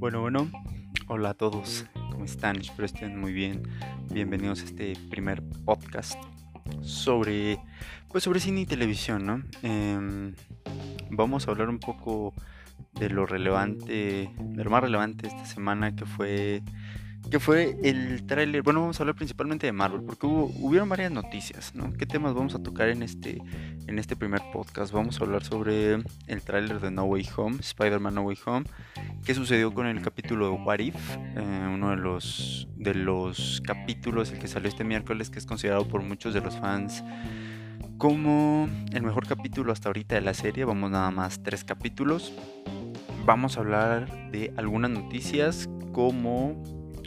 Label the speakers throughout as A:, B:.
A: Bueno, hola a todos, ¿cómo están? Espero estén muy bien. Bienvenidos a este primer podcast sobre, sobre cine y televisión, ¿no? Vamos a hablar un poco de lo relevante, de lo más relevante esta semana que fue el tráiler. Bueno, vamos a hablar principalmente de Marvel, porque hubieron varias noticias, ¿no? ¿Qué temas vamos a tocar en este primer podcast? Vamos a hablar sobre el tráiler de No Way Home, Spider-Man No Way Home, qué sucedió con el capítulo de What If, uno de los capítulos, el que salió este miércoles, que es considerado por muchos de los fans como el mejor capítulo hasta ahorita de la serie. Vamos nada más 3 capítulos. Vamos a hablar de algunas noticias como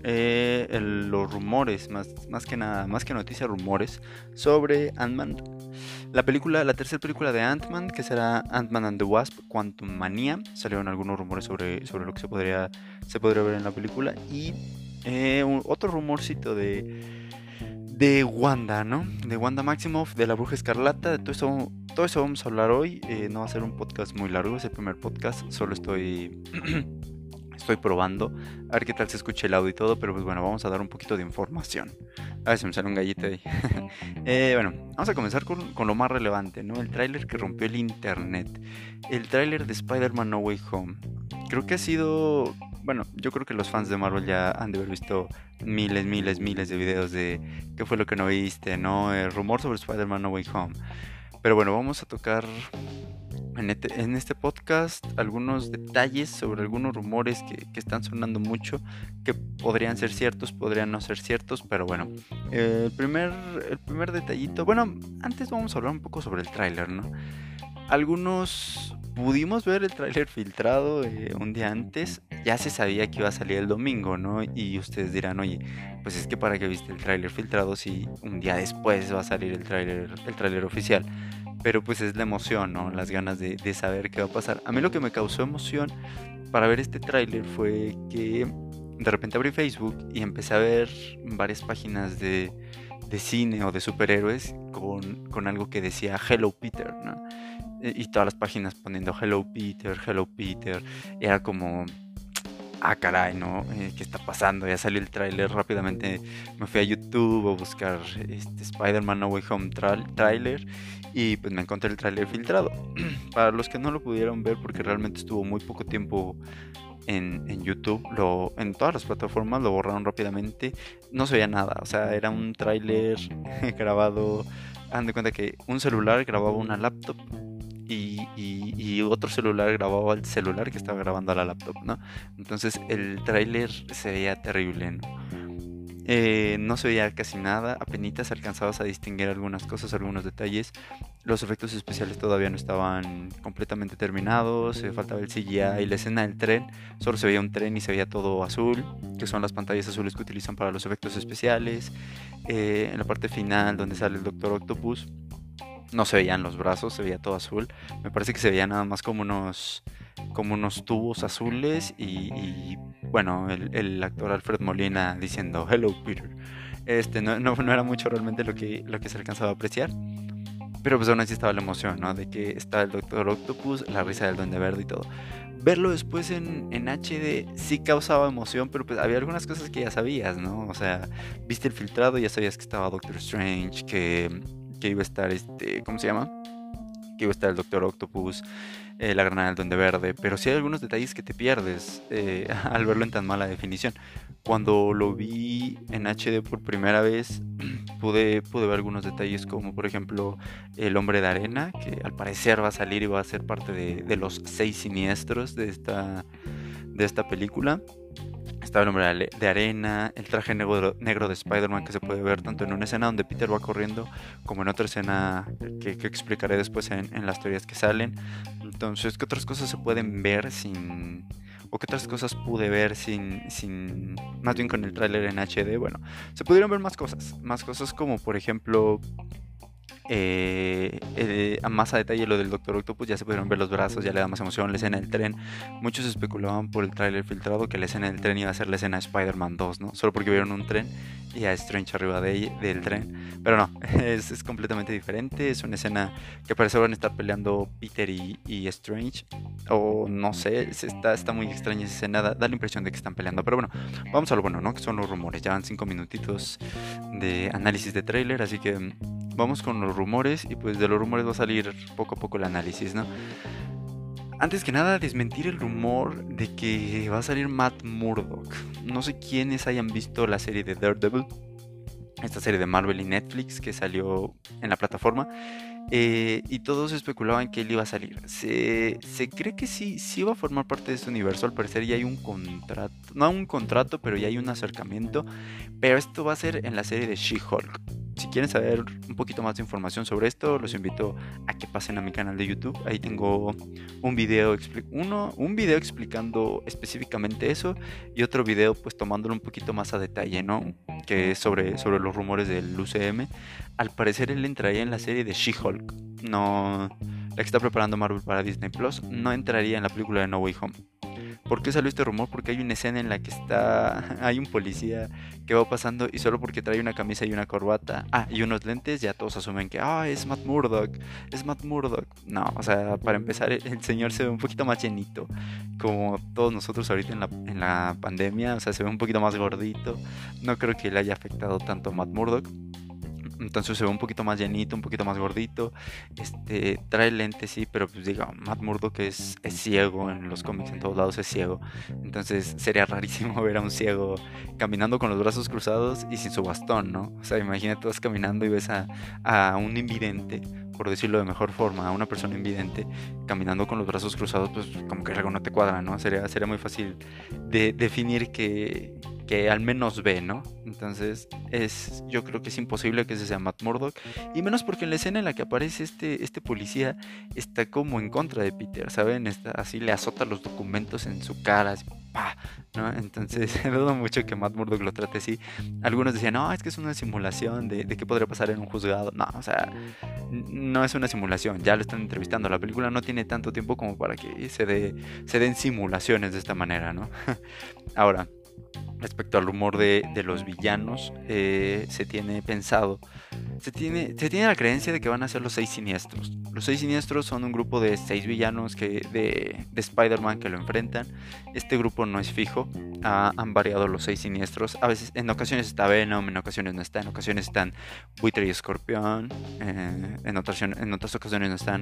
A: los rumores, más que nada, más que noticias, rumores sobre Ant-Man. La tercera película de Ant-Man, que será Ant-Man and the Wasp, Quantumania. Salieron algunos rumores sobre lo que se podría ver en la película. Y otro rumorcito de Wanda, ¿no? De Wanda Maximoff, de la Bruja Escarlata. De todo eso vamos a hablar hoy. No va a ser un podcast muy largo, es el primer podcast. Solo estoy probando, a ver qué tal se escucha el audio y todo, pero pues bueno, vamos a dar un poquito de información. A ver si me sale un gallito ahí. Bueno, vamos a comenzar con lo más relevante, ¿no? El tráiler que rompió el internet. El tráiler de Spider-Man No Way Home. Creo que ha sido... Bueno, yo creo que los fans de Marvel ya han de haber visto miles de videos de qué fue lo que no viste, ¿no? El rumor sobre Spider-Man No Way Home. Pero bueno, vamos a tocar en este podcast algunos detalles sobre algunos rumores que están sonando mucho, que podrían ser ciertos, podrían no ser ciertos, pero bueno, el primer detallito, bueno, antes vamos a hablar un poco sobre el tráiler, ¿no? Algunos pudimos ver el tráiler filtrado un día antes, ya se sabía que iba a salir el domingo, ¿no? Y ustedes dirán, oye, pues es que para qué viste el tráiler filtrado si un día después va a salir el tráiler oficial. Pero pues es la emoción, ¿no? Las ganas de saber qué va a pasar. A mí lo que me causó emoción para ver este tráiler fue que de repente abrí Facebook y empecé a ver varias páginas de cine o de superhéroes con algo que decía Hello Peter, ¿no? Y todas las páginas poniendo Hello Peter, Hello Peter. Era como... Ah, caray, ¿no? ¿Qué está pasando? Ya salió el tráiler, rápidamente me fui a YouTube a buscar Spider-Man No Way Home tráiler y pues me encontré el tráiler filtrado. Para los que no lo pudieron ver, porque realmente estuvo muy poco tiempo en YouTube, en todas las plataformas lo borraron rápidamente, no se veía nada, o sea, era un tráiler grabado, hagan de cuenta que un celular grababa una laptop y otro celular grababa el celular que estaba grabando a la laptop, ¿no? Entonces el tráiler se veía terrible, ¿no? No se veía casi nada, apenitas alcanzabas a distinguir algunas cosas, algunos detalles. Los efectos especiales todavía no estaban completamente terminados, faltaba el CGI y la escena del tren. Solo se veía un tren y se veía todo azul, que son las pantallas azules que utilizan para los efectos especiales. En la parte final donde sale el Doctor Octopus, no se veían los brazos, se veía todo azul. Me parece que se veía nada más como unos tubos azules y bueno, el actor Alfred Molina diciendo Hello Peter. No era mucho realmente lo que se alcanzaba a apreciar. Pero pues aún así estaba la emoción, ¿no? De que está el Doctor Octopus, la risa del Duende Verde y todo. Verlo después en HD sí causaba emoción, pero pues había algunas cosas que ya sabías, ¿no? O sea, viste el filtrado, ya sabías que estaba Doctor Strange, que iba a estar ¿cómo se llama? Que iba a estar el Doctor Octopus, la granada del Duende Verde, pero sí hay algunos detalles que te pierdes al verlo en tan mala definición. Cuando lo vi en HD por primera vez, pude ver algunos detalles como por ejemplo el Hombre de Arena, que al parecer va a salir y va a ser parte de los 6 siniestros de esta película. Estaba el Hombre de Arena, el traje negro de Spider-Man, que se puede ver tanto en una escena donde Peter va corriendo como en otra escena que explicaré después en las teorías que salen. Entonces, ¿qué otras cosas se pueden ver sin... o qué otras cosas pude ver sin más bien con el tráiler en HD? Bueno, se pudieron ver más cosas como por ejemplo a más a detalle lo del Doctor Octopus, ya se pudieron ver los brazos, ya le da más emoción. La escena del tren, muchos especulaban por el tráiler filtrado que la escena del tren iba a ser la escena de Spider-Man 2, ¿no? Solo porque vieron un tren y a Strange arriba del tren. Pero no, es completamente diferente. Es una escena que parece van a estar peleando Peter y Strange. O no sé, está muy extraña esa escena, da la impresión de que están peleando. Pero bueno, vamos a lo bueno, ¿no? Que son los rumores. Ya van 5 minutitos de análisis de tráiler, así que vamos con los rumores. Y pues de los rumores va a salir poco a poco el análisis, ¿no? Antes que nada, desmentir el rumor de que va a salir Matt Murdock. No sé quiénes hayan visto la serie de Daredevil, esta serie de Marvel y Netflix que salió en la plataforma, y todos especulaban que él iba a salir. Se cree que sí va a formar parte de este universo. Al parecer ya hay un contrato, no un contrato, pero ya hay un acercamiento. Pero esto va a ser en la serie de She-Hulk. Si quieren saber un poquito más de información sobre esto, los invito a que pasen a mi canal de YouTube. Ahí tengo un video, un video explicando específicamente eso, y otro video pues tomándolo un poquito más a detalle, ¿no? Que es sobre los rumores del UCM. Al parecer él entraría en la serie de She-Hulk, no la que está preparando Marvel para Disney Plus. No entraría en la película de No Way Home. ¿Por qué salió este rumor? Porque hay una escena en la que hay un policía que va pasando, y solo porque trae una camisa y una corbata, y unos lentes, ya todos asumen que es Matt Murdock, es Matt Murdock. No, o sea, para empezar, el señor se ve un poquito más llenito, como todos nosotros ahorita en la pandemia. O sea, se ve un poquito más gordito. No creo que le haya afectado tanto a Matt Murdock. Entonces se ve un poquito más llenito, un poquito más gordito. Trae lentes, sí, pero pues diga, Matt Murdock es ciego. En los cómics en todos lados es ciego. Entonces sería rarísimo ver a un ciego caminando con los brazos cruzados y sin su bastón, ¿no? O sea, imagínate, vas caminando y ves a un invidente, por decirlo de mejor forma, a una persona invidente caminando con los brazos cruzados. Pues como que algo no te cuadra, ¿no? Sería muy fácil de definir que al menos ve, ¿no? Entonces yo creo que es imposible que ese sea Matt Murdock, y menos porque en la escena en la que aparece este policía está como en contra de Peter, ¿saben? Así le azota los documentos en su cara, así, ¡pah! ¿No? Entonces dudo mucho que Matt Murdock lo trate así. Algunos decían, no, es que es una simulación de qué podría pasar en un juzgado. No, o sea, no es una simulación, ya lo están entrevistando. La película no tiene tanto tiempo como para que se den simulaciones de esta manera, ¿no? Ahora, respecto al rumor de los villanos, se tiene pensado, se tiene la creencia de que van a ser los 6 siniestros. Los 6 siniestros son un grupo de 6 villanos de Spider-Man que lo enfrentan. Este grupo no es fijo, han variado los 6 siniestros. A veces, en ocasiones está Venom, en ocasiones no está, en ocasiones están Buitre y Escorpión, en otras ocasiones no están.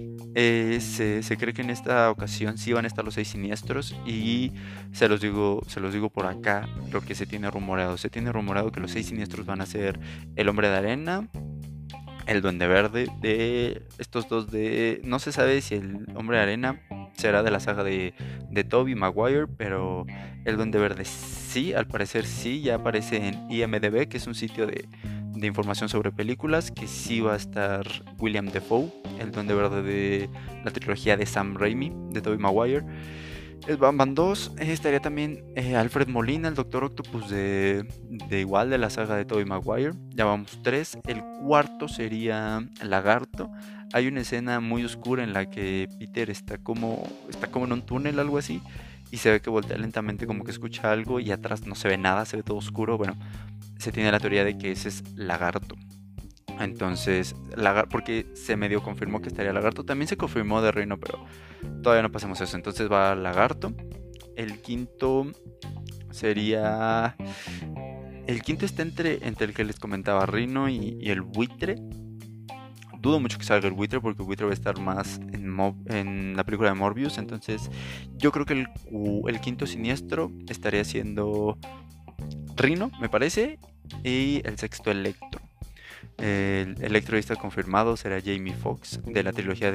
A: Se cree que en esta ocasión sí van a estar los 6 siniestros, y se los digo por acá lo que se tiene rumoreado. Se tiene rumoreado que los 6 siniestros van a ser el Hombre de Arena, el Duende Verde. De estos dos, no se sabe si el Hombre de Arena será de la saga de Tobey Maguire, pero el Duende Verde sí, al parecer sí, ya aparece en IMDb, que es un sitio de información sobre películas, que sí va a estar William Dafoe, el Duende Verde de la trilogía de Sam Raimi, de Tobey Maguire. Van 2, estaría también Alfred Molina, el Doctor Octopus de igual de la saga de Tobey Maguire. Ya vamos 3. El cuarto sería Lagarto. Hay una escena muy oscura en la que Peter está como en un túnel, algo así, y se ve que voltea lentamente, como que escucha algo, y atrás no se ve nada, se ve todo oscuro. Bueno, se tiene la teoría de que ese es Lagarto. Entonces, porque se medio confirmó que estaría Lagarto. También se confirmó de Rhino, pero todavía no pasemos eso. Entonces va Lagarto. El quinto sería... El quinto está entre el que les comentaba, Rhino y el Buitre. Dudo mucho que salga el Buitre, porque el Buitre va a estar más en la película de Morbius. Entonces yo creo que el quinto siniestro estaría siendo Rhino, me parece. Y el sexto, Electro. El Electro está confirmado, será Jamie Foxx, de la trilogía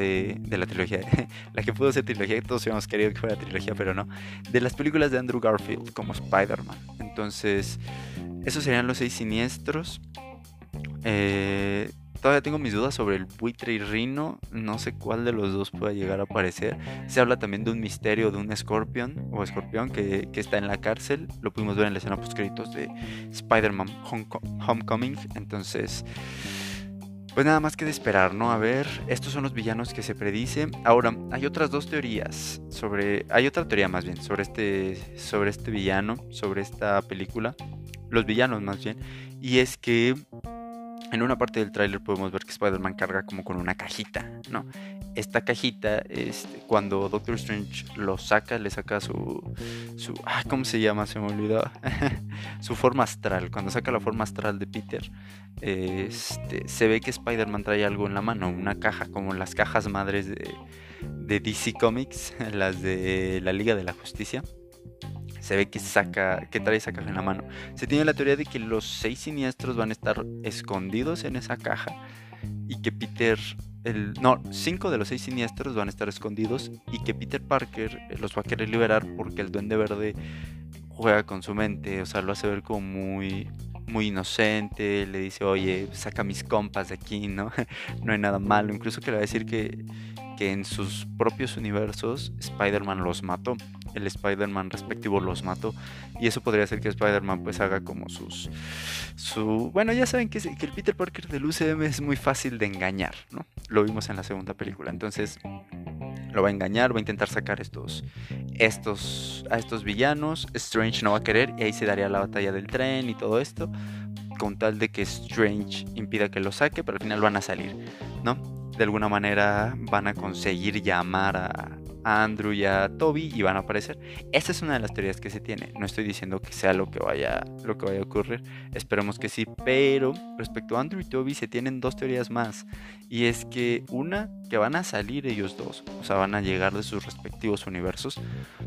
A: la que pudo ser trilogía, todos habíamos querido que fuera trilogía, pero no, de las películas de Andrew Garfield como Spider-Man. Entonces esos serían los 6 siniestros. Todavía tengo mis dudas sobre el Buitre y Rhino. No sé cuál de los dos pueda llegar a aparecer. Se habla también de un misterio de un escorpión que está en la cárcel. Lo pudimos ver en la escena post créditos de Spider-Man Homecoming. Entonces, Pues nada más que de esperar, ¿no? A ver, estos son los villanos que se predice. Ahora, hay otras dos teorías hay otra teoría más bien sobre este villano, sobre esta película, los villanos más bien, y es que en una parte del tráiler podemos ver que Spider-Man carga como con una cajita, ¿no? Esta cajita, cuando Doctor Strange lo saca, le saca ¿cómo se llama? Se me olvidó. Su forma astral. Cuando saca la forma astral de Peter, se ve que Spider-Man trae algo en la mano, una caja, como las cajas madres de DC Comics, las de la Liga de la Justicia. Se ve que trae esa caja en la mano. Se tiene la teoría de que los 6 siniestros van a estar escondidos en esa caja y que 5 de los 6 siniestros van a estar escondidos y que Peter Parker los va a querer liberar porque el Duende Verde juega con su mente, o sea, lo hace ver como muy, muy inocente, le dice, oye, saca mis compas de aquí, ¿no? No hay nada malo, incluso que le va a decir que en sus propios universos Spider-Man los mató, el Spider-Man respectivo los mató, y eso podría hacer que Spider-Man pues haga como bueno, ya saben que el Peter Parker del UCM es muy fácil de engañar, ¿no? Lo vimos en la segunda película, entonces lo va a engañar, va a intentar sacar a estos villanos. Strange no va a querer y ahí se daría la batalla del tren y todo esto, con tal de que Strange impida que lo saque, pero al final van a salir, ¿no? De alguna manera van a conseguir llamar a Andrew y a Toby y van a aparecer. Esta es una de las teorías que se tiene. No estoy diciendo que sea lo que vaya a ocurrir. Esperemos que sí. Pero respecto a Andrew y Toby se tienen dos teorías más. Y es que una, que van a salir ellos dos. O sea, van a llegar de sus respectivos universos.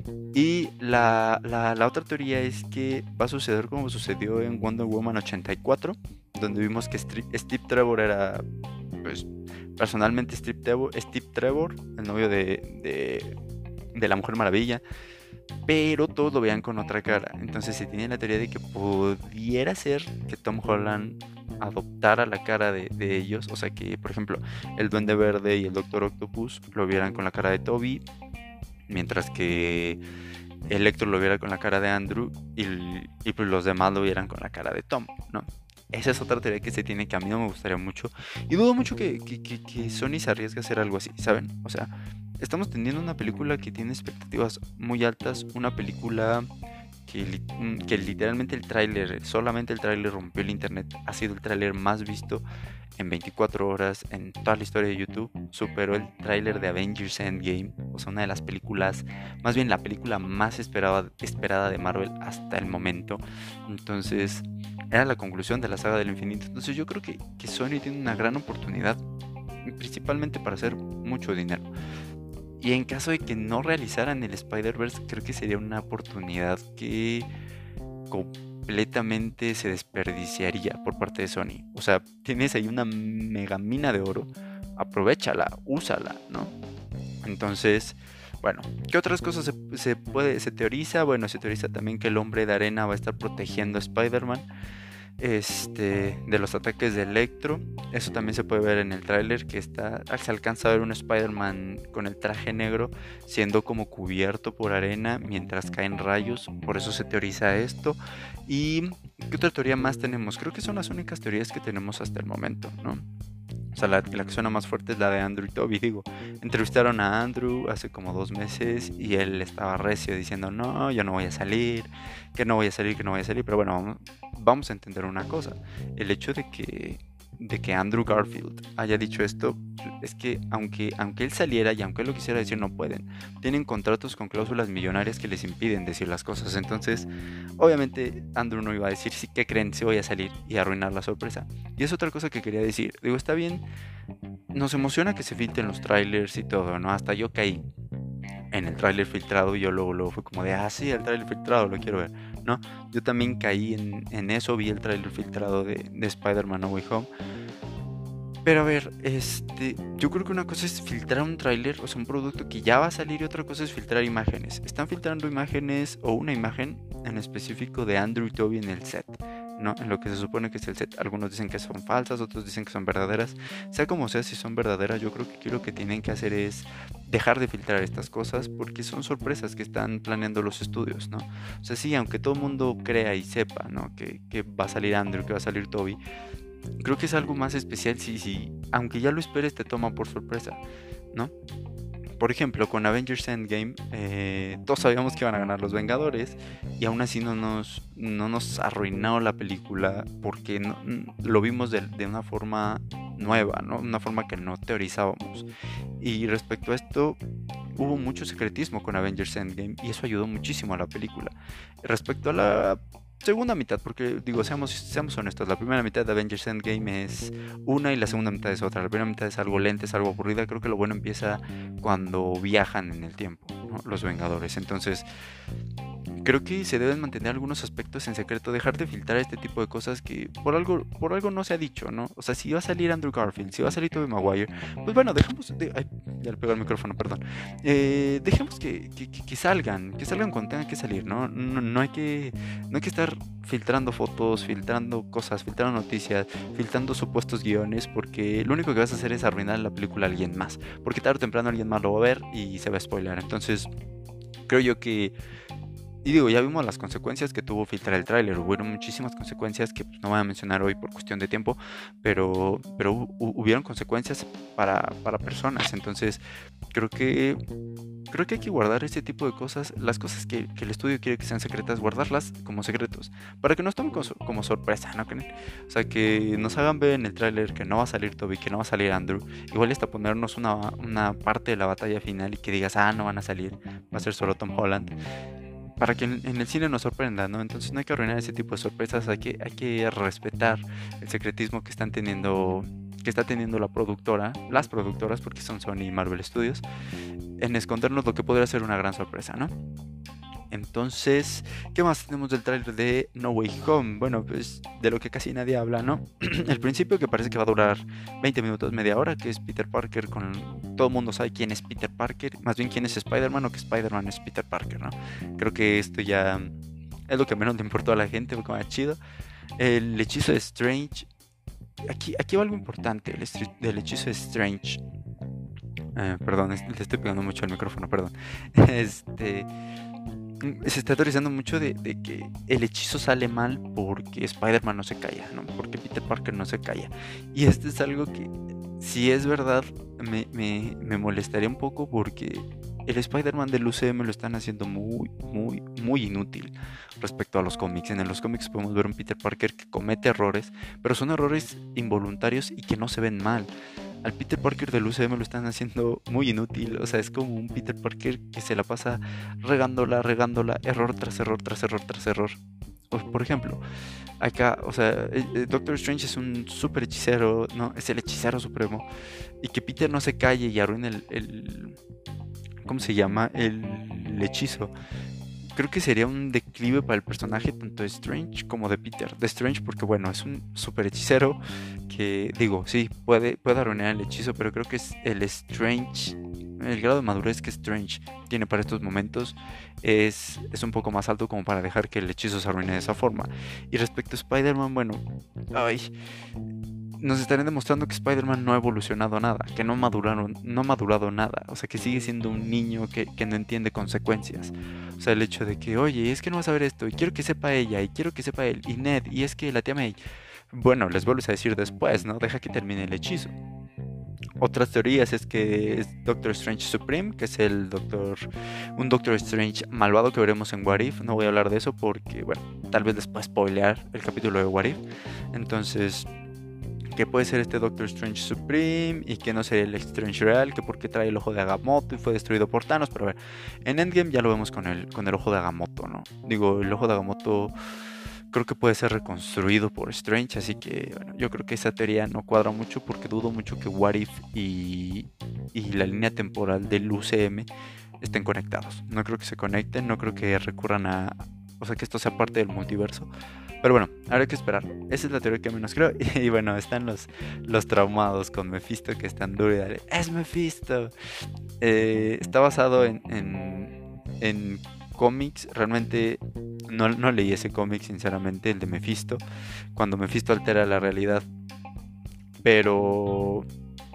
A: Y la otra teoría es que va a suceder como sucedió en Wonder Woman 84. Donde vimos que Steve Trevor era, pues, personalmente Steve Trevor, el novio de la Mujer Maravilla, pero todos lo veían con otra cara. Entonces se tiene la teoría de que pudiera ser que Tom Holland adoptara la cara de ellos, o sea que, por ejemplo, el Duende Verde y el Doctor Octopus lo vieran con la cara de Toby, mientras que Electro lo viera con la cara de Andrew y pues los demás lo vieran con la cara de Tom, ¿no? Esa es otra teoría que se tiene, que a mí no me gustaría mucho. Y dudo mucho que Sony se arriesgue a hacer algo así, ¿saben? O sea, estamos teniendo una película que tiene expectativas muy altas. Una película que literalmente solamente el tráiler rompió el internet. Ha sido el tráiler más visto en 24 horas en toda la historia de YouTube. Superó el tráiler de Avengers Endgame. O sea, una de las películas, más bien la película más esperada de Marvel hasta el momento. Entonces, era la conclusión de la saga del infinito. Entonces yo creo que Sony tiene una gran oportunidad, principalmente para hacer mucho dinero. Y en caso de que no realizaran el Spider-Verse, creo que sería una oportunidad que completamente se desperdiciaría por parte de Sony. O sea, tienes ahí una mega mina de oro, aprovéchala, úsala, ¿no? Entonces, bueno, ¿qué otras cosas se teoriza? Bueno, se teoriza también que el Hombre de Arena va a estar protegiendo a Spider-Man de los ataques de Electro. Eso también se puede ver en el tráiler, que se alcanza a ver un Spider-Man con el traje negro siendo como cubierto por arena mientras caen rayos. Por eso se teoriza esto. ¿Y qué otra teoría más tenemos? Creo que son las únicas teorías que tenemos hasta el momento, ¿no? O sea, la que suena más fuerte es la de Andrew y Toby. Digo, entrevistaron a Andrew hace como 2 meses y él estaba recio diciendo, no, yo no voy a salir, que no voy a salir. Pero bueno, vamos a entender una cosa. El hecho de que Andrew Garfield haya dicho esto es que aunque él saliera y aunque él lo quisiera decir, no pueden. Tienen contratos con cláusulas millonarias que les impiden decir las cosas. Entonces, obviamente Andrew no iba a decir, sí, que creen, sí voy a salir, y arruinar la sorpresa. Y es otra cosa que quería decir. Digo, está bien, nos emociona que se filtren los trailers y todo, ¿no? Hasta yo caí en el tráiler filtrado y yo luego fue como de, sí, el tráiler filtrado, lo quiero ver, ¿no? Yo también caí en eso, vi el tráiler filtrado de Spider-Man No Way Home. Pero a ver, yo creo que una cosa es filtrar un tráiler, o sea, un producto que ya va a salir, y otra cosa es filtrar imágenes. Están filtrando imágenes, o una imagen en específico de Andrew y Toby en el set, ¿no? En lo que se supone que es el set. Algunos dicen que son falsas, otros dicen que son verdaderas. Sea como sea, si son verdaderas, yo creo que aquí lo que tienen que hacer es dejar de filtrar estas cosas, porque son sorpresas que están planeando los estudios, ¿no? O sea, sí, aunque todo el mundo crea y sepa, ¿no? Que va a salir Andrew, que va a salir Toby, creo que es algo más especial si aunque ya lo esperes te toma por sorpresa, ¿no? Por ejemplo, con Avengers Endgame, todos sabíamos que iban a ganar los Vengadores y aún así no nos arruinó la película porque lo vimos de una forma nueva, ¿no? Una forma que no teorizábamos. Y respecto a esto, hubo mucho secretismo con Avengers Endgame y eso ayudó muchísimo a la película. Respecto a la segunda mitad, porque digo, seamos honestos, la primera mitad de Avengers Endgame es una y la segunda mitad es otra. La primera mitad es algo lenta, es algo aburrida. Creo que lo bueno empieza cuando viajan en el tiempo, ¿no? Los Vengadores. Entonces, creo que se deben mantener algunos aspectos en secreto, dejar de filtrar este tipo de cosas que por algo no se ha dicho, ¿no? O sea, si va a salir Andrew Garfield, si va a salir Tobey Maguire, pues bueno, ay, ya le pegó el micrófono, perdón. Dejemos que salgan cuando tengan que salir, ¿no? No hay que estar filtrando fotos, filtrando cosas, filtrando noticias, filtrando supuestos guiones, porque lo único que vas a hacer es arruinar la película a alguien más, porque tarde o temprano alguien más lo va a ver y se va a spoiler. Entonces, creo yo que y digo, ya vimos las consecuencias que tuvo filtrar el tráiler. Hubieron muchísimas consecuencias que pues, no voy a mencionar hoy por cuestión de tiempo, pero hubieron consecuencias para personas. Entonces, creo que hay que guardar ese tipo de cosas, las cosas que el estudio quiere que sean secretas, guardarlas como secretos, para que nos tomen como sorpresa, ¿no creen? O sea, que nos hagan ver en el tráiler que no va a salir Toby, que no va a salir Andrew, igual hasta ponernos una parte de la batalla final y que digas, no van a salir, va a ser solo Tom Holland, para que en el cine nos sorprenda, ¿no? Entonces no hay que arruinar ese tipo de sorpresas, hay que respetar el secretismo que está teniendo las productoras, porque son Sony y Marvel Studios, en escondernos lo que podría ser una gran sorpresa, ¿no? Entonces, ¿qué más tenemos del tráiler de No Way Home? Bueno, pues de lo que casi nadie habla, ¿no? El principio, que parece que va a durar 20 minutos, media hora, que es Peter Parker con... Todo el mundo sabe quién es Peter Parker, más bien quién es Spider-Man o que Spider-Man es Peter Parker, ¿no? Creo que esto ya es lo que menos le importó a la gente, porque más chido. El hechizo de Strange... Aquí va algo importante, el hechizo de Strange. Perdón, le estoy pegando mucho al micrófono, perdón. Se está teorizando mucho de que el hechizo sale mal porque Spider-Man no se calla, ¿no? Porque Peter Parker no se calla. Y esto es algo que, si es verdad, me molestaría un poco porque el Spider-Man del UCM lo están haciendo muy inútil respecto a los cómics. En los cómics podemos ver un Peter Parker que comete errores, pero son errores involuntarios y que no se ven mal. Al Peter Parker del UCM lo están haciendo muy inútil. O sea, es como un Peter Parker que se la pasa regándola, error tras error, tras error, tras error. Por ejemplo, acá, o sea, Doctor Strange es un super hechicero, ¿no? Es el hechicero supremo. Y que Peter no se calle y arruine ¿cómo se llama? El hechizo. Creo que sería un declive para el personaje tanto de Strange como de Peter. De Strange porque, bueno, es un super hechicero que, digo, sí, puede arruinar el hechizo, pero creo que es el Strange, el grado de madurez que Strange tiene para estos momentos es un poco más alto como para dejar que el hechizo se arruine de esa forma. Y respecto a Spider-Man, bueno, nos estarían demostrando que Spider-Man no ha evolucionado nada, que no ha madurado nada, o sea, que sigue siendo un niño que no entiende consecuencias. O sea, el hecho de que, oye, es que no vas a ver esto, y quiero que sepa ella, y quiero que sepa él, y Ned, y es que la tía May. Bueno, les vuelves a decir después, ¿no? Deja que termine el hechizo. Otras teorías es que es Doctor Strange Supreme, que es un Doctor Strange malvado que veremos en What If. No voy a hablar de eso porque, bueno, tal vez les pueda spoilear el capítulo de What If. Entonces, que puede ser este Doctor Strange Supreme y que no sería el Strange real, que porque trae el ojo de Agamotto y fue destruido por Thanos. Pero a ver, en Endgame ya lo vemos con el ojo de Agamotto, ¿no? Digo, el ojo de Agamotto creo que puede ser reconstruido por Strange, así que bueno, yo creo que esa teoría no cuadra mucho porque dudo mucho que What If y la línea temporal del UCM estén conectados. No creo que se conecten, no creo que recurran o sea, que esto sea parte del multiverso. Pero bueno, habrá que esperar. Esa es la teoría que menos creo. Y bueno, están los traumados con Mephisto que están duros y dale, ¡es Mephisto! Está basado en cómics. Realmente no leí ese cómic, sinceramente, el de Mephisto, cuando Mephisto altera la realidad. Pero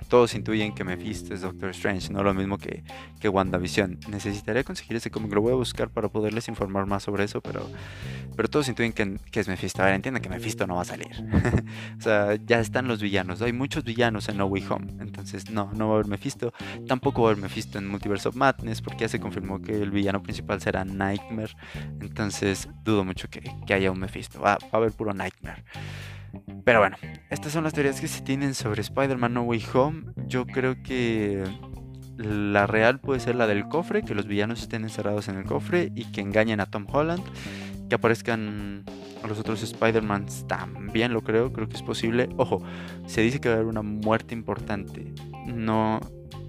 A: todos intuyen que Mephisto es Doctor Strange, no lo mismo que WandaVision. Necesitaría conseguir ese cómic, lo voy a buscar para poderles informar más sobre eso, pero todos intuyen que es Mephisto. A ver, entiendan que Mephisto no va a salir. O sea, ya están los villanos. Hay muchos villanos en No Way Home. Entonces, no va a haber Mephisto. Tampoco va a haber Mephisto en Multiverse of Madness, porque ya se confirmó que el villano principal será Nightmare. Entonces, dudo mucho que haya un Mephisto. Va a haber puro Nightmare. Pero bueno, estas son las teorías que se tienen sobre Spider-Man No Way Home. Yo creo que la real puede ser la del cofre, que los villanos estén encerrados en el cofre y que engañen a Tom Holland, que aparezcan a los otros Spider-Mans, también lo creo que es posible. Ojo, se dice que va a haber una muerte importante. No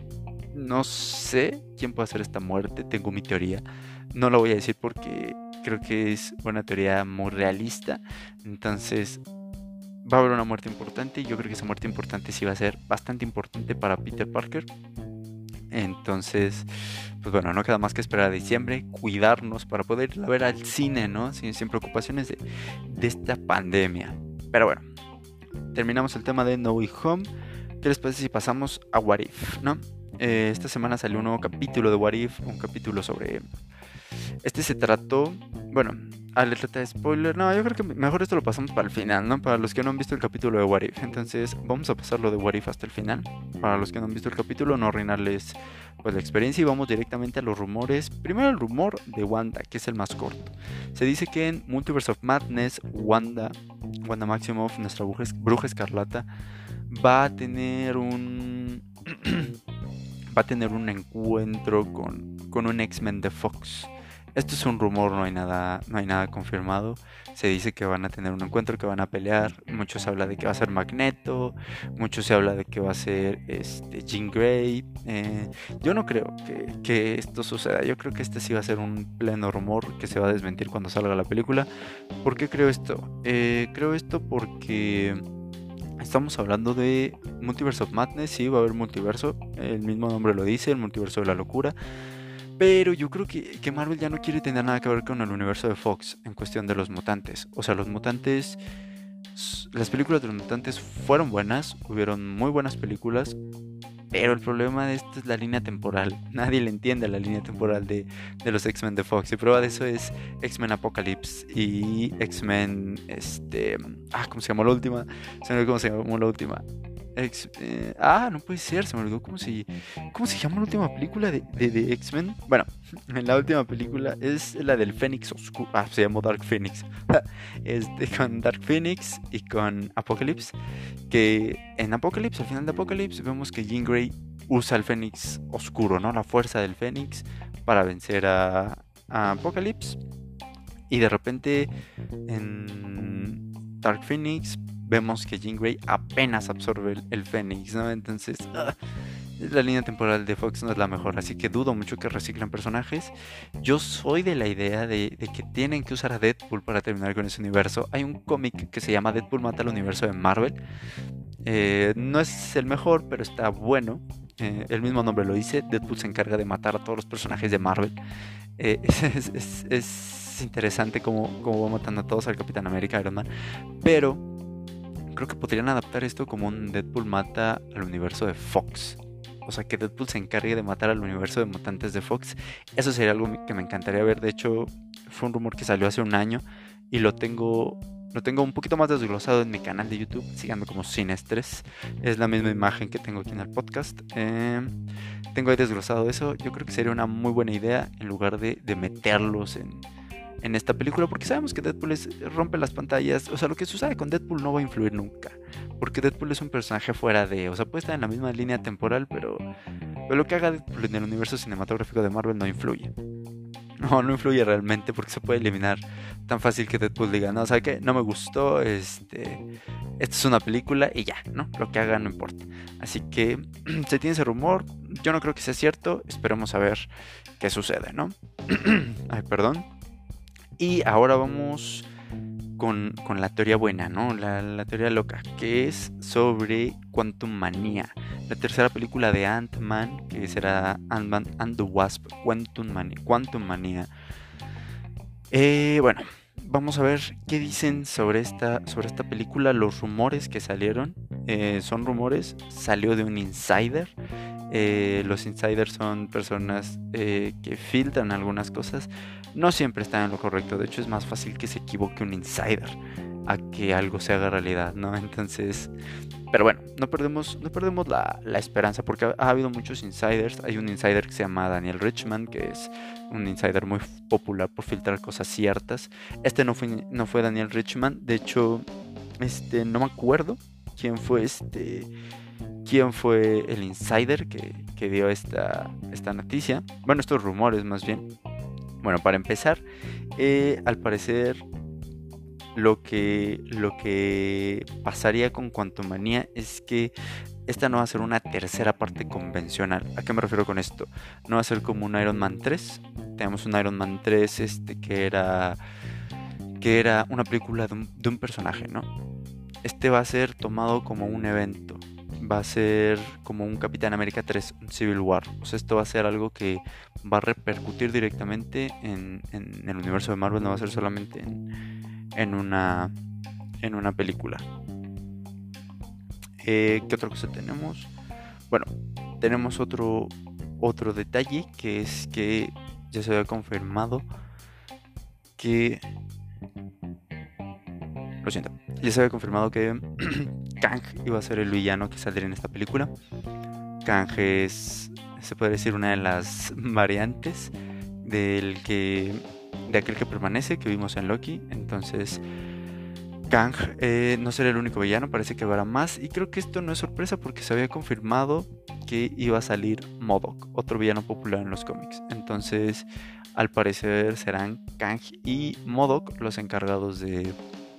A: sé quién puede hacer esta muerte, tengo mi teoría. No la voy a decir porque creo que es una teoría muy realista. Entonces, va a haber una muerte importante y yo creo que esa muerte importante sí va a ser bastante importante para Peter Parker. Entonces, pues bueno, no queda más que esperar a diciembre, cuidarnos para poder ir a ver al cine, ¿no? Sin preocupaciones de esta pandemia. Pero bueno, terminamos el tema de No Way Home. ¿Qué les parece si pasamos a What If, ¿no? Esta semana salió un nuevo capítulo de What If, un capítulo sobre... Este se trató... Bueno, alerta de spoiler. No, yo creo que mejor esto lo pasamos para el final, ¿no? Para los que no han visto el capítulo de What If. Entonces, vamos a pasarlo de What If hasta el final. Para los que no han visto el capítulo, no arruinarles pues la experiencia. Y vamos directamente a los rumores. Primero el rumor de Wanda, que es el más corto. Se dice que en Multiverse of Madness, Wanda Maximoff, nuestra bruja escarlata, va a tener un... va a tener un encuentro con un X-Men de Fox. Esto es un rumor, no hay nada confirmado. Se dice que van a tener un encuentro, que van a pelear. Mucho se habla de que va a ser Magneto, mucho se habla de que va a ser Jean Grey. Yo no creo que esto suceda. Yo creo que este sí va a ser un pleno rumor que se va a desmentir cuando salga la película. ¿Por qué creo esto? Creo esto porque estamos hablando de Multiverse of Madness. Sí, va a haber multiverso, el mismo nombre lo dice, el multiverso de la locura. Pero yo creo que Marvel ya no quiere tener nada que ver con el universo de Fox en cuestión de los mutantes. O sea, los mutantes... Las películas de los mutantes fueron buenas, hubieron muy buenas películas, pero el problema de esto es la línea temporal. Nadie le entiende la línea temporal de los X-Men de Fox. Y prueba de eso es X-Men Apocalypse y X-Men... ¿cómo se llamó la última? Se me olvidó cómo se llamó la última. No puede ser, se me olvidó cómo se llama la última película de X-Men. Bueno, en la última película es la del Fénix Oscuro. Se llamó Dark Phoenix. Con Dark Phoenix y con Apocalypse. Que en Apocalypse, al final de Apocalypse, vemos que Jean Grey usa el Fénix Oscuro, ¿no? La fuerza del Fénix para vencer a Apocalypse. Y de repente en Dark Phoenix vemos que Jean Grey apenas absorbe el Fénix, ¿no? Entonces, la línea temporal de Fox no es la mejor, así que dudo mucho que reciclen personajes. Yo soy de la idea de que tienen que usar a Deadpool para terminar con ese universo. Hay un cómic que se llama Deadpool mata al universo de Marvel. No es el mejor, pero está bueno. El mismo nombre lo dice. Deadpool se encarga de matar a todos los personajes de Marvel. Es interesante cómo va matando a todos, al Capitán América, Iron Man. Pero creo que podrían adaptar esto como un Deadpool mata al universo de Fox. O sea, que Deadpool se encargue de matar al universo de mutantes de Fox. Eso sería algo que me encantaría ver. De hecho, fue un rumor que salió hace un año y lo tengo un poquito más desglosado en mi canal de YouTube. Síganme como Sin Estrés. Es la misma imagen que tengo aquí en el podcast. Tengo ahí desglosado eso. Yo creo que sería una muy buena idea en lugar de meterlos en esta película, porque sabemos que Deadpool rompe las pantallas. O sea, lo que sucede con Deadpool no va a influir nunca, porque Deadpool es un personaje fuera de... O sea, puede estar en la misma línea temporal, pero lo que haga Deadpool en el universo cinematográfico de Marvel no influye. No influye realmente, porque se puede eliminar tan fácil que Deadpool diga, no, ¿sabes qué? No me gustó, esta es una película y ya, ¿no? Lo que haga no importa. Así que se tiene ese rumor, yo no creo que sea cierto, esperemos a ver qué sucede, ¿no? Ay, perdón. Y ahora vamos con la teoría buena, ¿no? La teoría loca, que es sobre Quantum Manía. La tercera película de Ant-Man, que será Ant-Man and the Wasp, Quantum Manía. Bueno, vamos a ver qué dicen sobre esta película. Los rumores que salieron son rumores, salió de un insider. Los insiders son personas que filtran algunas cosas. No siempre están en lo correcto. De hecho, es más fácil que se equivoque un insider a que algo se haga realidad, ¿no? Entonces, pero bueno, no perdemos la esperanza, porque ha habido muchos insiders. Hay un insider que se llama Daniel Richman, que es un insider muy popular por filtrar cosas ciertas. Este no fue Daniel Richman. De hecho, no me acuerdo quién fue el insider que dio esta noticia. Bueno, estos rumores más bien. Bueno, para empezar, al parecer lo que pasaría con Quantumania es que esta no va a ser una tercera parte convencional. ¿A qué me refiero con esto? No va a ser como un Iron Man 3. Tenemos un Iron Man 3 que era una película de un personaje, ¿no? Este va a ser tomado como un evento. Va a ser como un Capitán América 3, un Civil War. O sea, esto va a ser algo que va a repercutir directamente en el universo de Marvel. No va a ser solamente en una película. ¿Qué otra cosa tenemos? Bueno, tenemos otro detalle, que es que ya se había confirmado que... Lo siento. Ya se había confirmado que Kang iba a ser el villano que saldría en esta película. Kang es, se puede decir, una de las variantes de aquel que permanece, que vimos en Loki. Entonces, Kang no será el único villano, parece que habrá más. Y creo que esto no es sorpresa porque se había confirmado que iba a salir MODOK, otro villano popular en los cómics. Entonces, al parecer serán Kang y MODOK los encargados de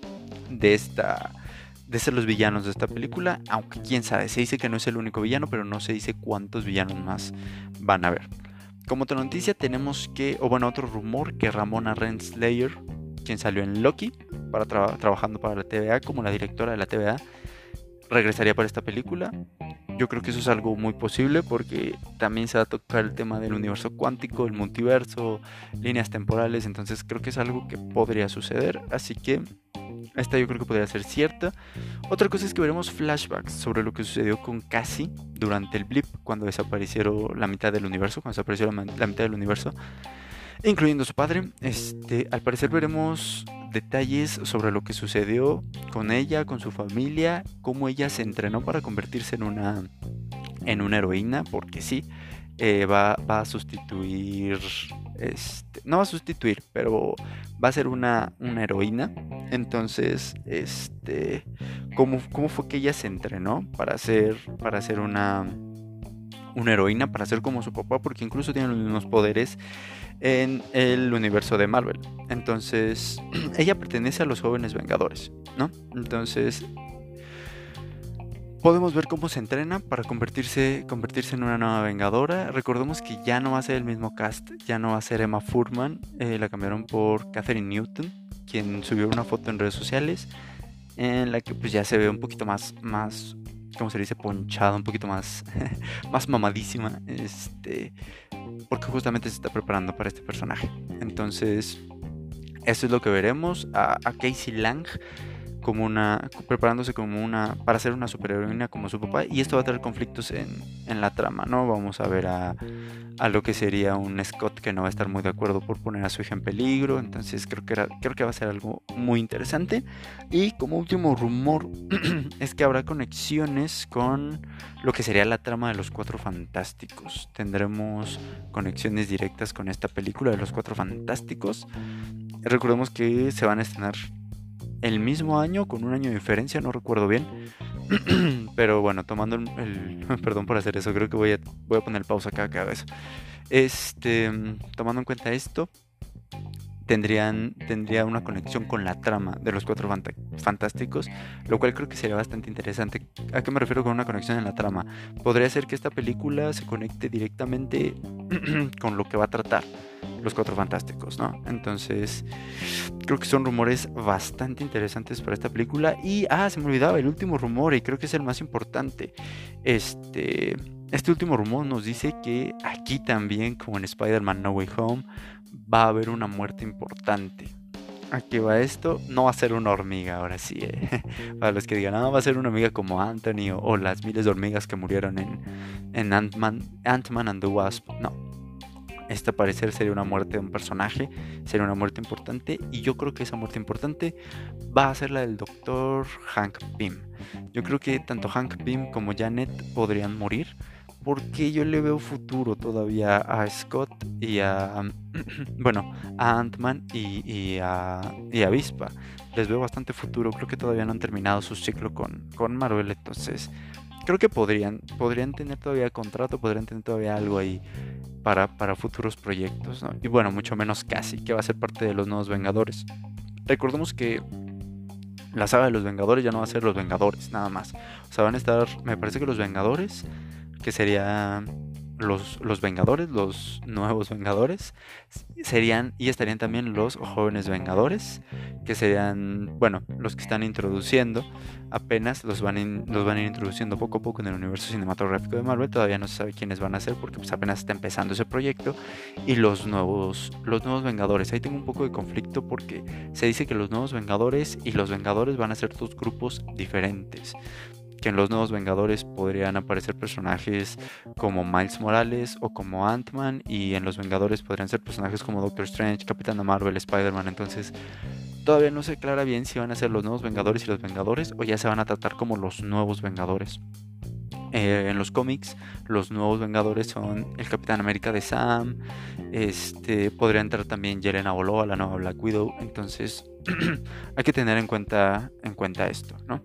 A: ser los villanos de esta película, aunque quién sabe, se dice que no es el único villano, pero no se dice cuántos villanos más van a haber. Como otra noticia tenemos otro rumor, que Ramona Renslayer, quien salió en Loki, trabajando para la TVA como la directora de la TVA, regresaría para esta película. Yo creo que eso es algo muy posible porque también se va a tocar el tema del universo cuántico, el multiverso, líneas temporales, entonces creo que es algo que podría suceder, así que esta yo creo que podría ser cierta. Otra cosa es que veremos flashbacks sobre lo que sucedió con Cassie durante el blip, cuando desapareció la mitad del universo, la mitad del universo, incluyendo su padre. Al parecer veremos detalles sobre lo que sucedió con ella, con su familia, cómo ella se entrenó para convertirse en una heroína, porque sí, va a sustituir, no va a sustituir, pero va a ser una heroína. Entonces, ¿cómo fue que ella se entrenó para ser una heroína, para ser como su papá? Porque incluso tiene los mismos poderes en el universo de Marvel. Entonces, ella pertenece a los Jóvenes Vengadores, ¿no? Entonces, podemos ver cómo se entrena para convertirse en una nueva Vengadora. Recordemos que ya no va a ser el mismo cast, ya no va a ser Emma Furman, la cambiaron por Catherine Newton, quien subió una foto en redes sociales en la que pues ya se ve un poquito más ¿cómo se dice? Ponchada, un poquito más más mamadísima, porque justamente se está preparando para este personaje. Entonces, eso es lo que veremos a Casey Lang preparándose para ser una superheroína como su papá, y esto va a traer conflictos en la trama, ¿no? Vamos a ver a lo que sería un Scott que no va a estar muy de acuerdo por poner a su hija en peligro. Entonces creo que va a ser algo muy interesante. Y como último rumor es que habrá conexiones con lo que sería la trama de los Cuatro Fantásticos. Tendremos conexiones directas con esta película de los Cuatro Fantásticos. Recordemos que se van a estrenar el mismo año, con un año de diferencia, no recuerdo bien. Pero bueno, tomando perdón por hacer eso, creo que voy a poner pausa acá que haga eso. Tomando en cuenta esto, tendría una conexión con la trama de los Cuatro Fantásticos, lo cual creo que sería bastante interesante. ¿A qué me refiero con una conexión en la trama? Podría ser que esta película se conecte directamente con lo que va a tratar los Cuatro Fantásticos, ¿no? Entonces, creo que son rumores bastante interesantes para esta película. Y, se me olvidaba el último rumor, y creo que es el más importante. Este último rumor nos dice que aquí también, como en Spider-Man No Way Home, va a haber una muerte importante. Aquí va esto, no va a ser una hormiga, ahora sí. Para los que digan, no, va a ser una hormiga como Anthony o las miles de hormigas que murieron en Ant-Man and the Wasp. No, esta parecer sería una muerte de un personaje, sería una muerte importante, y yo creo que esa muerte importante va a ser la del doctor Hank Pym. Yo creo que tanto Hank Pym como Janet podrían morir, porque yo le veo futuro todavía a Scott y a bueno, a Ant-Man y a Avispa. Les veo bastante futuro, creo que todavía no han terminado su ciclo con Marvel, entonces creo que podrían tener todavía contrato, podrían tener todavía algo ahí para futuros proyectos, ¿no? Y bueno, mucho menos Cassie, que va a ser parte de los nuevos Vengadores. Recordemos que la saga de los Vengadores ya no va a ser los Vengadores, nada más. O sea, van a estar, me parece que los Vengadores, que serían los Vengadores, los nuevos Vengadores, serían y estarían también los jóvenes Vengadores, que serían, bueno, los que están introduciendo, apenas los van a ir introduciendo poco a poco en el universo cinematográfico de Marvel. Todavía no se sabe quiénes van a ser porque pues apenas está empezando ese proyecto. Y los nuevos Vengadores, ahí tengo un poco de conflicto porque se dice que los nuevos Vengadores y los Vengadores van a ser dos grupos diferentes, que en los nuevos Vengadores podrían aparecer personajes como Miles Morales o como Ant-Man, y en los Vengadores podrían ser personajes como Doctor Strange, Capitana Marvel, Spider-Man. Entonces todavía no se aclara bien si van a ser los nuevos Vengadores y los Vengadores, o ya se van a tratar como los nuevos Vengadores. En los cómics, los nuevos Vengadores son el Capitán América de Sam, podría entrar también Yelena Belova, la nueva Black Widow. Entonces hay que tener en cuenta esto, ¿no?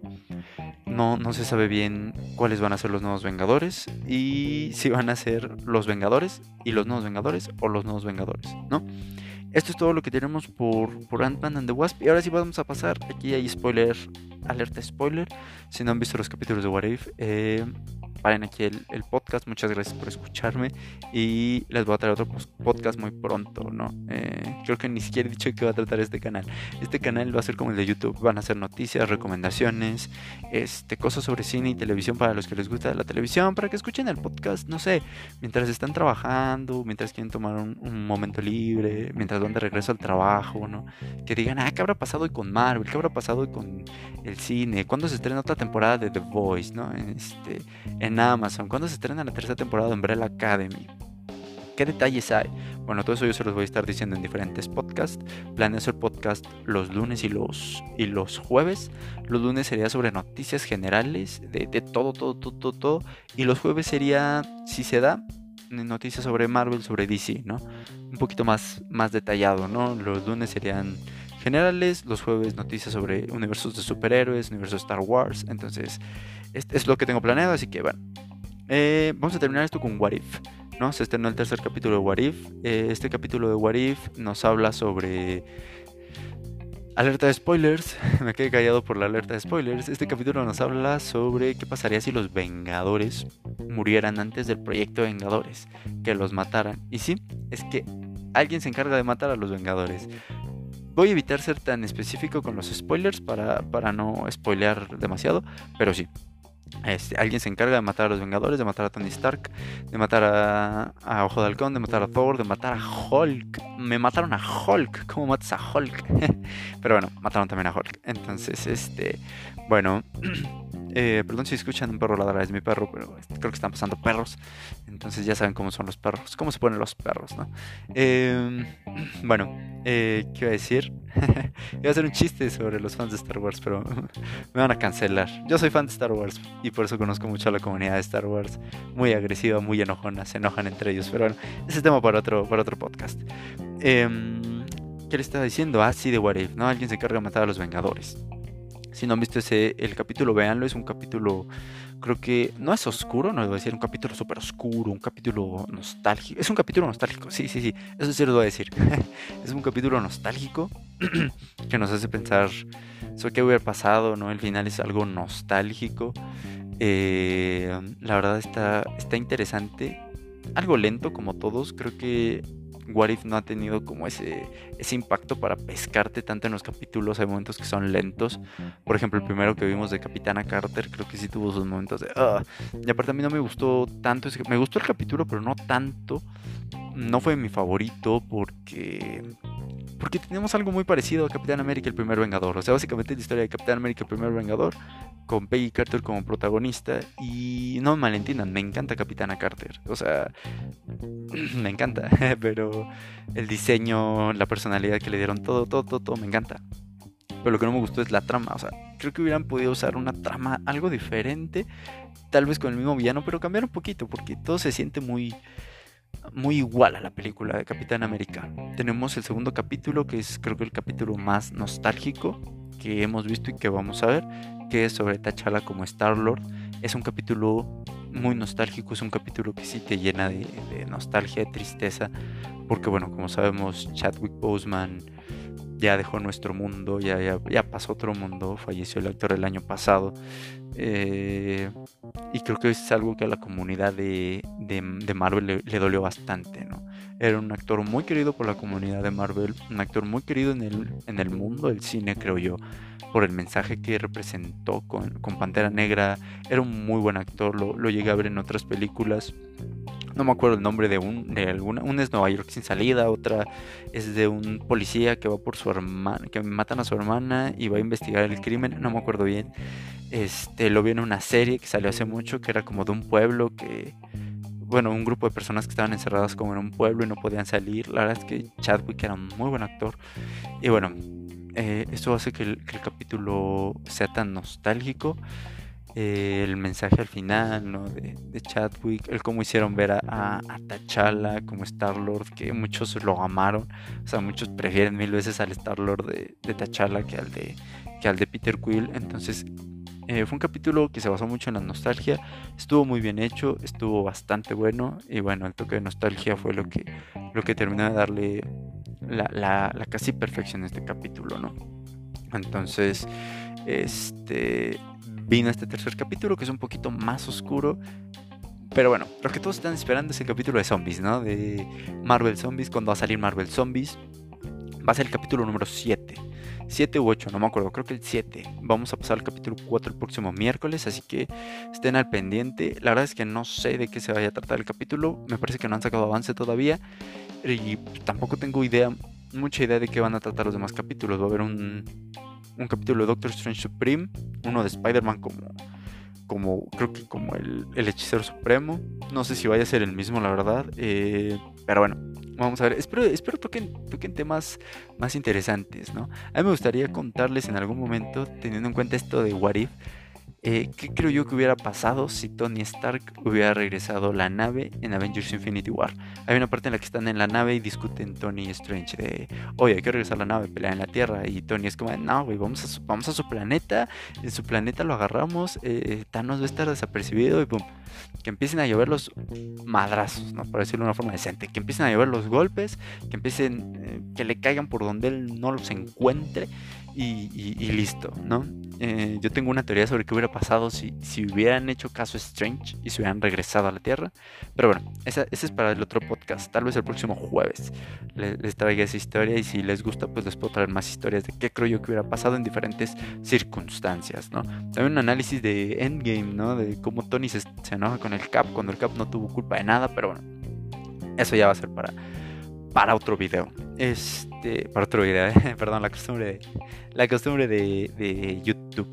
A: No se sabe bien cuáles van a ser los nuevos Vengadores, y si van a ser los Vengadores y los nuevos Vengadores o los nuevos Vengadores, ¿no? Esto es todo lo que tenemos por Ant-Man and the Wasp. Y ahora sí vamos a pasar. Aquí hay spoiler, alerta spoiler. Si no han visto los capítulos de What If, paren aquí el podcast. Muchas gracias por escucharme. Y les voy a traer otro podcast muy pronto, ¿no? Creo que ni siquiera he dicho que va a tratar este canal. Este canal va a ser como el de YouTube. Van a ser noticias, recomendaciones, cosas sobre cine y televisión para los que les gusta la televisión, para que escuchen el podcast, no sé, mientras están trabajando, mientras quieren tomar un momento libre, mientras van de regreso al trabajo, ¿no? Que digan, ¿qué habrá pasado hoy con Marvel? ¿Qué habrá pasado hoy con el cine? ¿Cuándo se estrena otra temporada de The Voice, ¿no? En Amazon. ¿Cuándo se estrena la tercera temporada de Umbrella Academy? ¿Qué detalles hay? Bueno, todo eso yo se los voy a estar diciendo en diferentes podcasts. Planeo hacer podcast los lunes y los jueves. Los lunes sería sobre noticias generales de todo. Y los jueves sería, si se da, noticias sobre Marvel, sobre DC, ¿no? Un poquito más detallado, ¿no? Los lunes serían generales, los jueves noticias sobre universos de superhéroes, universos de Star Wars. Entonces, es lo que tengo planeado, así que bueno. Vamos a terminar esto con What If, ¿no? Se estrenó el tercer capítulo de What If. Este capítulo de What If nos habla sobre... Alerta de spoilers, me quedé callado por la alerta de spoilers. Este capítulo nos habla sobre qué pasaría si los Vengadores murieran antes del proyecto Vengadores, que los mataran. Y sí, es que alguien se encarga de matar a los Vengadores. Voy a evitar ser tan específico con los spoilers para no spoilear demasiado, pero sí. Alguien se encarga de matar a los Vengadores, de matar a Tony Stark, de matar a Ojo de Halcón, de matar a Thor, de matar a Hulk. Me mataron a Hulk. ¿Cómo matas a Hulk? Pero bueno, mataron también a Hulk. Entonces, bueno, perdón si escuchan un perro ladrar, es mi perro, pero creo que están pasando perros. Entonces ya saben cómo son los perros, cómo se ponen los perros, ¿no? Bueno, ¿qué iba a decir? Iba a hacer un chiste sobre los fans de Star Wars, pero me van a cancelar. Yo soy fan de Star Wars y por eso conozco mucho a la comunidad de Star Wars. Muy agresiva, muy enojona, se enojan entre ellos. Pero bueno, ese es tema para otro podcast. ¿Qué le estaba diciendo? Sí, de What If, ¿no? Alguien se encarga de matar a los Vengadores. Si no han visto el capítulo, véanlo. Es un capítulo, creo que no es oscuro, no les voy a decir un capítulo súper oscuro, un capítulo nostálgico. Es un capítulo nostálgico, sí, eso sí les voy a decir. Es un capítulo nostálgico que nos hace pensar sobre qué hubiera pasado, ¿no? El final es algo nostálgico. La verdad está interesante. Algo lento como todos, creo que What If no ha tenido como ese impacto para pescarte tanto en los capítulos. Hay momentos que son lentos. Por ejemplo, el primero que vimos de Capitana Carter, creo que sí tuvo sus momentos de... Y aparte a mí no me gustó tanto. Me gustó el capítulo, pero no tanto. No fue mi favorito porque porque tenemos algo muy parecido a Capitán América el primer Vengador. O sea, básicamente la historia de Capitán América el primer Vengador, con Peggy Carter como protagonista. Y no me malentiendan, me encanta Capitana Carter. O sea, me encanta, pero el diseño, la personalidad que le dieron, todo me encanta. Pero lo que no me gustó es la trama. O sea, creo que hubieran podido usar una trama algo diferente, tal vez con el mismo villano, pero cambiar un poquito, porque todo se siente muy igual a la película de Capitán América. Tenemos el segundo capítulo, que es creo que el capítulo más nostálgico que hemos visto y que vamos a ver, que es sobre T'Challa como Star-Lord. Es un capítulo muy nostálgico, es un capítulo que sí te llena de nostalgia, de tristeza, porque bueno, como sabemos, Chadwick Boseman ya dejó nuestro mundo, ya pasó a otro mundo, falleció el actor el año pasado. Y creo que es algo que a la comunidad de Marvel le dolió bastante, ¿no? Era un actor muy querido por la comunidad de Marvel, un actor muy querido en el mundo del cine, creo yo, por el mensaje que representó con Pantera Negra. Era un muy buen actor, lo llegué a ver en otras películas. No me acuerdo el nombre de alguna. Una es Nueva York sin salida, otra es de un policía que va por su hermana, que matan a su hermana y va a investigar el crimen, no me acuerdo bien. Lo vi en una serie que salió hace mucho, que era como de un pueblo bueno, un grupo de personas que estaban encerradas como en un pueblo y no podían salir. La verdad es que Chadwick era un muy buen actor. Y bueno, esto hace que el capítulo sea tan nostálgico. El mensaje al final, ¿no? de Chadwick, el cómo hicieron ver a T'Challa como Star-Lord, que muchos lo amaron. O sea, muchos prefieren mil veces al Star-Lord de T'Challa que al de Peter Quill. Entonces, fue un capítulo que se basó mucho en la nostalgia. Estuvo muy bien hecho, estuvo bastante bueno. Y bueno, el toque de nostalgia fue lo que terminó de darle la casi perfección a este capítulo, ¿no? Entonces, vino este tercer capítulo que es un poquito más oscuro. Pero bueno, lo que todos están esperando es el capítulo de zombies, ¿no? De Marvel Zombies, cuando va a salir Marvel Zombies. Va a ser el capítulo número 7. 7 u 8, no me acuerdo, creo que el 7. Vamos a pasar al capítulo 4 el próximo miércoles, así que estén al pendiente. La verdad es que no sé de qué se vaya a tratar el capítulo. Me parece que no han sacado avance todavía. Y tampoco tengo mucha idea de qué van a tratar los demás capítulos. Va a haber un capítulo de Doctor Strange Supreme, uno de Spider-Man creo que como el hechicero supremo. No sé si vaya a ser el mismo, la verdad. Pero bueno, vamos a ver. Espero toquen temas más interesantes, ¿no? A mí me gustaría contarles en algún momento, teniendo en cuenta esto de What If, ¿qué creo yo que hubiera pasado si Tony Stark hubiera regresado la nave en Avengers Infinity War? Hay una parte en la que están en la nave y discuten Tony y Strange de, oye, hay que regresar la nave, pelear en la Tierra. Y Tony es como, no, güey, vamos a su planeta, en su planeta lo agarramos, Thanos va a estar desapercibido y pum. Que empiecen a llover los madrazos, ¿no? Por decirlo de una forma decente. Que empiecen a llover los golpes, que empiecen, que le caigan por donde él no los encuentre y listo, ¿no? Yo tengo una teoría sobre qué hubiera pasado si hubieran hecho caso a Strange y se hubieran regresado a la Tierra. Pero bueno, ese es para el otro podcast. Tal vez el próximo jueves les traiga esa historia. Y si les gusta, pues les puedo traer más historias de qué creo yo que hubiera pasado en diferentes circunstancias, ¿no? También un análisis de Endgame, ¿no? De cómo Tony se enoja con el Cap cuando el Cap no tuvo culpa de nada. Pero bueno, eso ya va a ser para otro video. Para otro video, perdón, la costumbre de YouTube.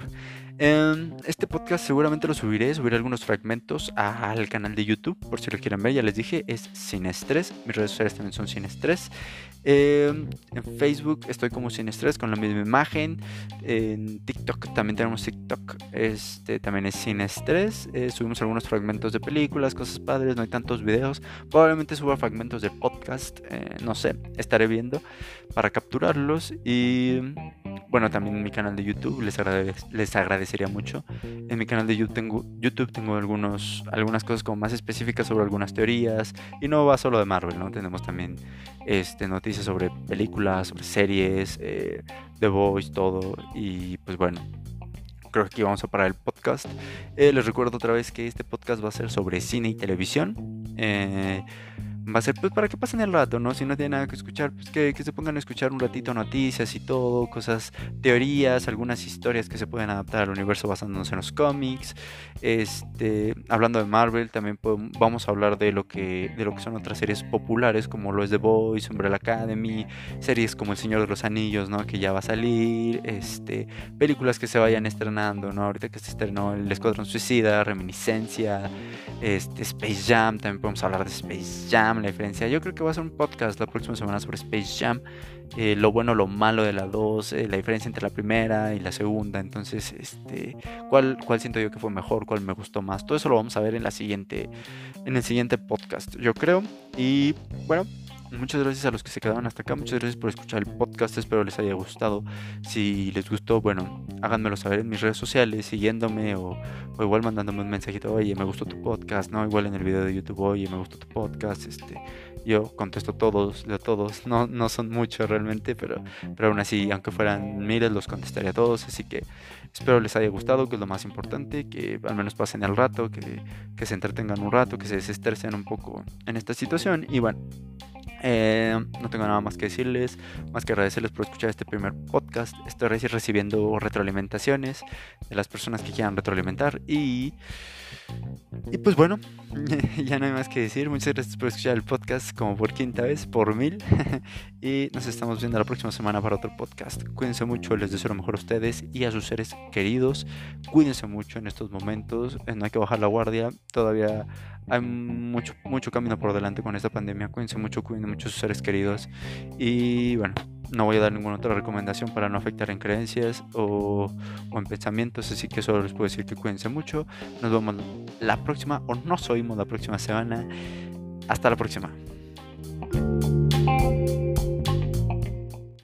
A: Este podcast seguramente subiré algunos fragmentos al canal de YouTube, por si lo quieren ver. Ya les dije, es Sin Estrés. Mis redes sociales también son Sin Estrés. En Facebook estoy como Sin Estrés con la misma imagen. En TikTok también tenemos TikTok, también es Sin Estrés. Subimos algunos fragmentos de películas, cosas padres. No hay tantos videos. Probablemente suba fragmentos del podcast, no sé, estaré viendo para capturarlos. Y bueno, también en mi canal de YouTube les agradecería mucho. En mi canal de YouTube tengo algunas cosas como más específicas sobre algunas teorías. Y no va solo de Marvel, ¿no? Tenemos también noticias sobre películas, sobre series, The Voice, todo. Y pues bueno, creo que aquí vamos a parar el podcast. Les recuerdo otra vez que este podcast va a ser sobre cine y televisión. va a ser pues para que pasen el rato, ¿no? Si no tienen nada que escuchar, pues que se pongan a escuchar un ratito noticias y todo, cosas, teorías, algunas historias que se pueden adaptar al universo basándonos en los cómics. Hablando de Marvel, también vamos a hablar de lo que son otras series populares, como lo es The Boys, Umbrella Academy, series como El Señor de los Anillos, ¿no? Que ya va a salir, películas que se vayan estrenando, ¿no? Ahorita que se estrenó El Escuadrón Suicida, Reminiscencia, Space Jam, también podemos hablar de Space Jam, la diferencia. Yo creo que va a ser un podcast la próxima semana sobre Space Jam, lo bueno, lo malo de la 2, la diferencia entre la primera y la segunda. Entonces, ¿cuál siento yo que fue mejor, cuál me gustó más? Todo eso lo vamos a ver en el siguiente podcast, yo creo. Y bueno, muchas gracias a los que se quedaron hasta acá. Muchas gracias por escuchar el podcast. Espero les haya gustado. Si les gustó, bueno, háganmelo saber en mis redes sociales, siguiéndome o igual mandándome un mensajito. Oye, me gustó tu podcast, ¿no? Igual en el video de YouTube. Oye, me gustó tu podcast. Yo contesto todos, leo todos. No son muchos realmente, pero aún así, aunque fueran miles, los contestaría a todos. Así que espero les haya gustado, que es lo más importante. Que al menos pasen el rato, que se entretengan un rato, que se desestresen un poco en esta situación. Y bueno, no tengo nada más que decirles, más que agradecerles por escuchar este primer podcast. Estoy recibiendo retroalimentaciones de las personas que quieran retroalimentar y pues bueno, ya no hay más que decir. Muchas gracias por escuchar el podcast como por quinta vez, por 1000. Y nos estamos viendo la próxima semana para otro podcast. Cuídense mucho, les deseo lo mejor a ustedes y a sus seres queridos. Cuídense mucho en estos momentos, no hay que bajar la guardia. Todavía hay mucho camino por delante con esta pandemia. Cuídense mucho, cuiden mucho a sus seres queridos. Y bueno, no voy a dar ninguna otra recomendación para no afectar en creencias o en pensamientos, así que solo les puedo decir que cuídense mucho. Nos vemos la próxima, o nos oímos la próxima semana. Hasta la próxima.